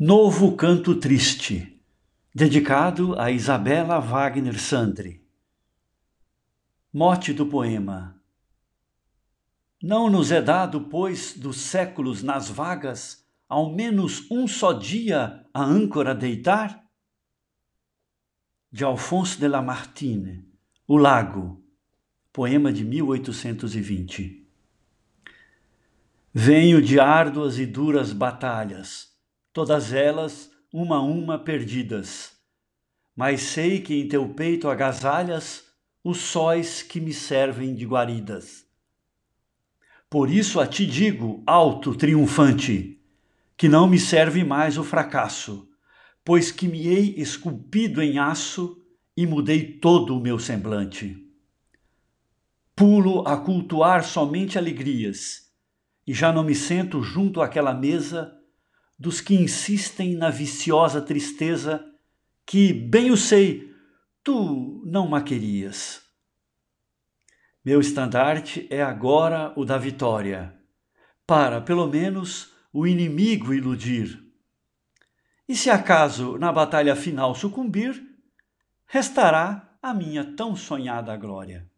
Novo Canto Triste, dedicado a Isabella Wagner Sandri. Mote do poema. Não nos é dado, pois, dos séculos nas vagas, ao menos um só dia a âncora deitar? De Alphonse de Lamartine, O Lago, poema de 1820. Venho de árduas e duras batalhas, todas elas, uma a uma, perdidas. Mas sei que em teu peito agasalhas os sóis que me servem de guaridas. Por isso a ti digo, alto, triunfante, que não me serve mais o fracasso, pois que me hei esculpido em aço e mudei todo o meu semblante. Pulo a cultuar somente alegrias, e já não me sento junto àquela mesa dos que insistem na viciosa tristeza que, bem o sei, tu não ma querias. Meu estandarte é agora o da vitória, para, pelo menos, o inimigo iludir. E se acaso na batalha final sucumbir, restará a minha tão sonhada glória.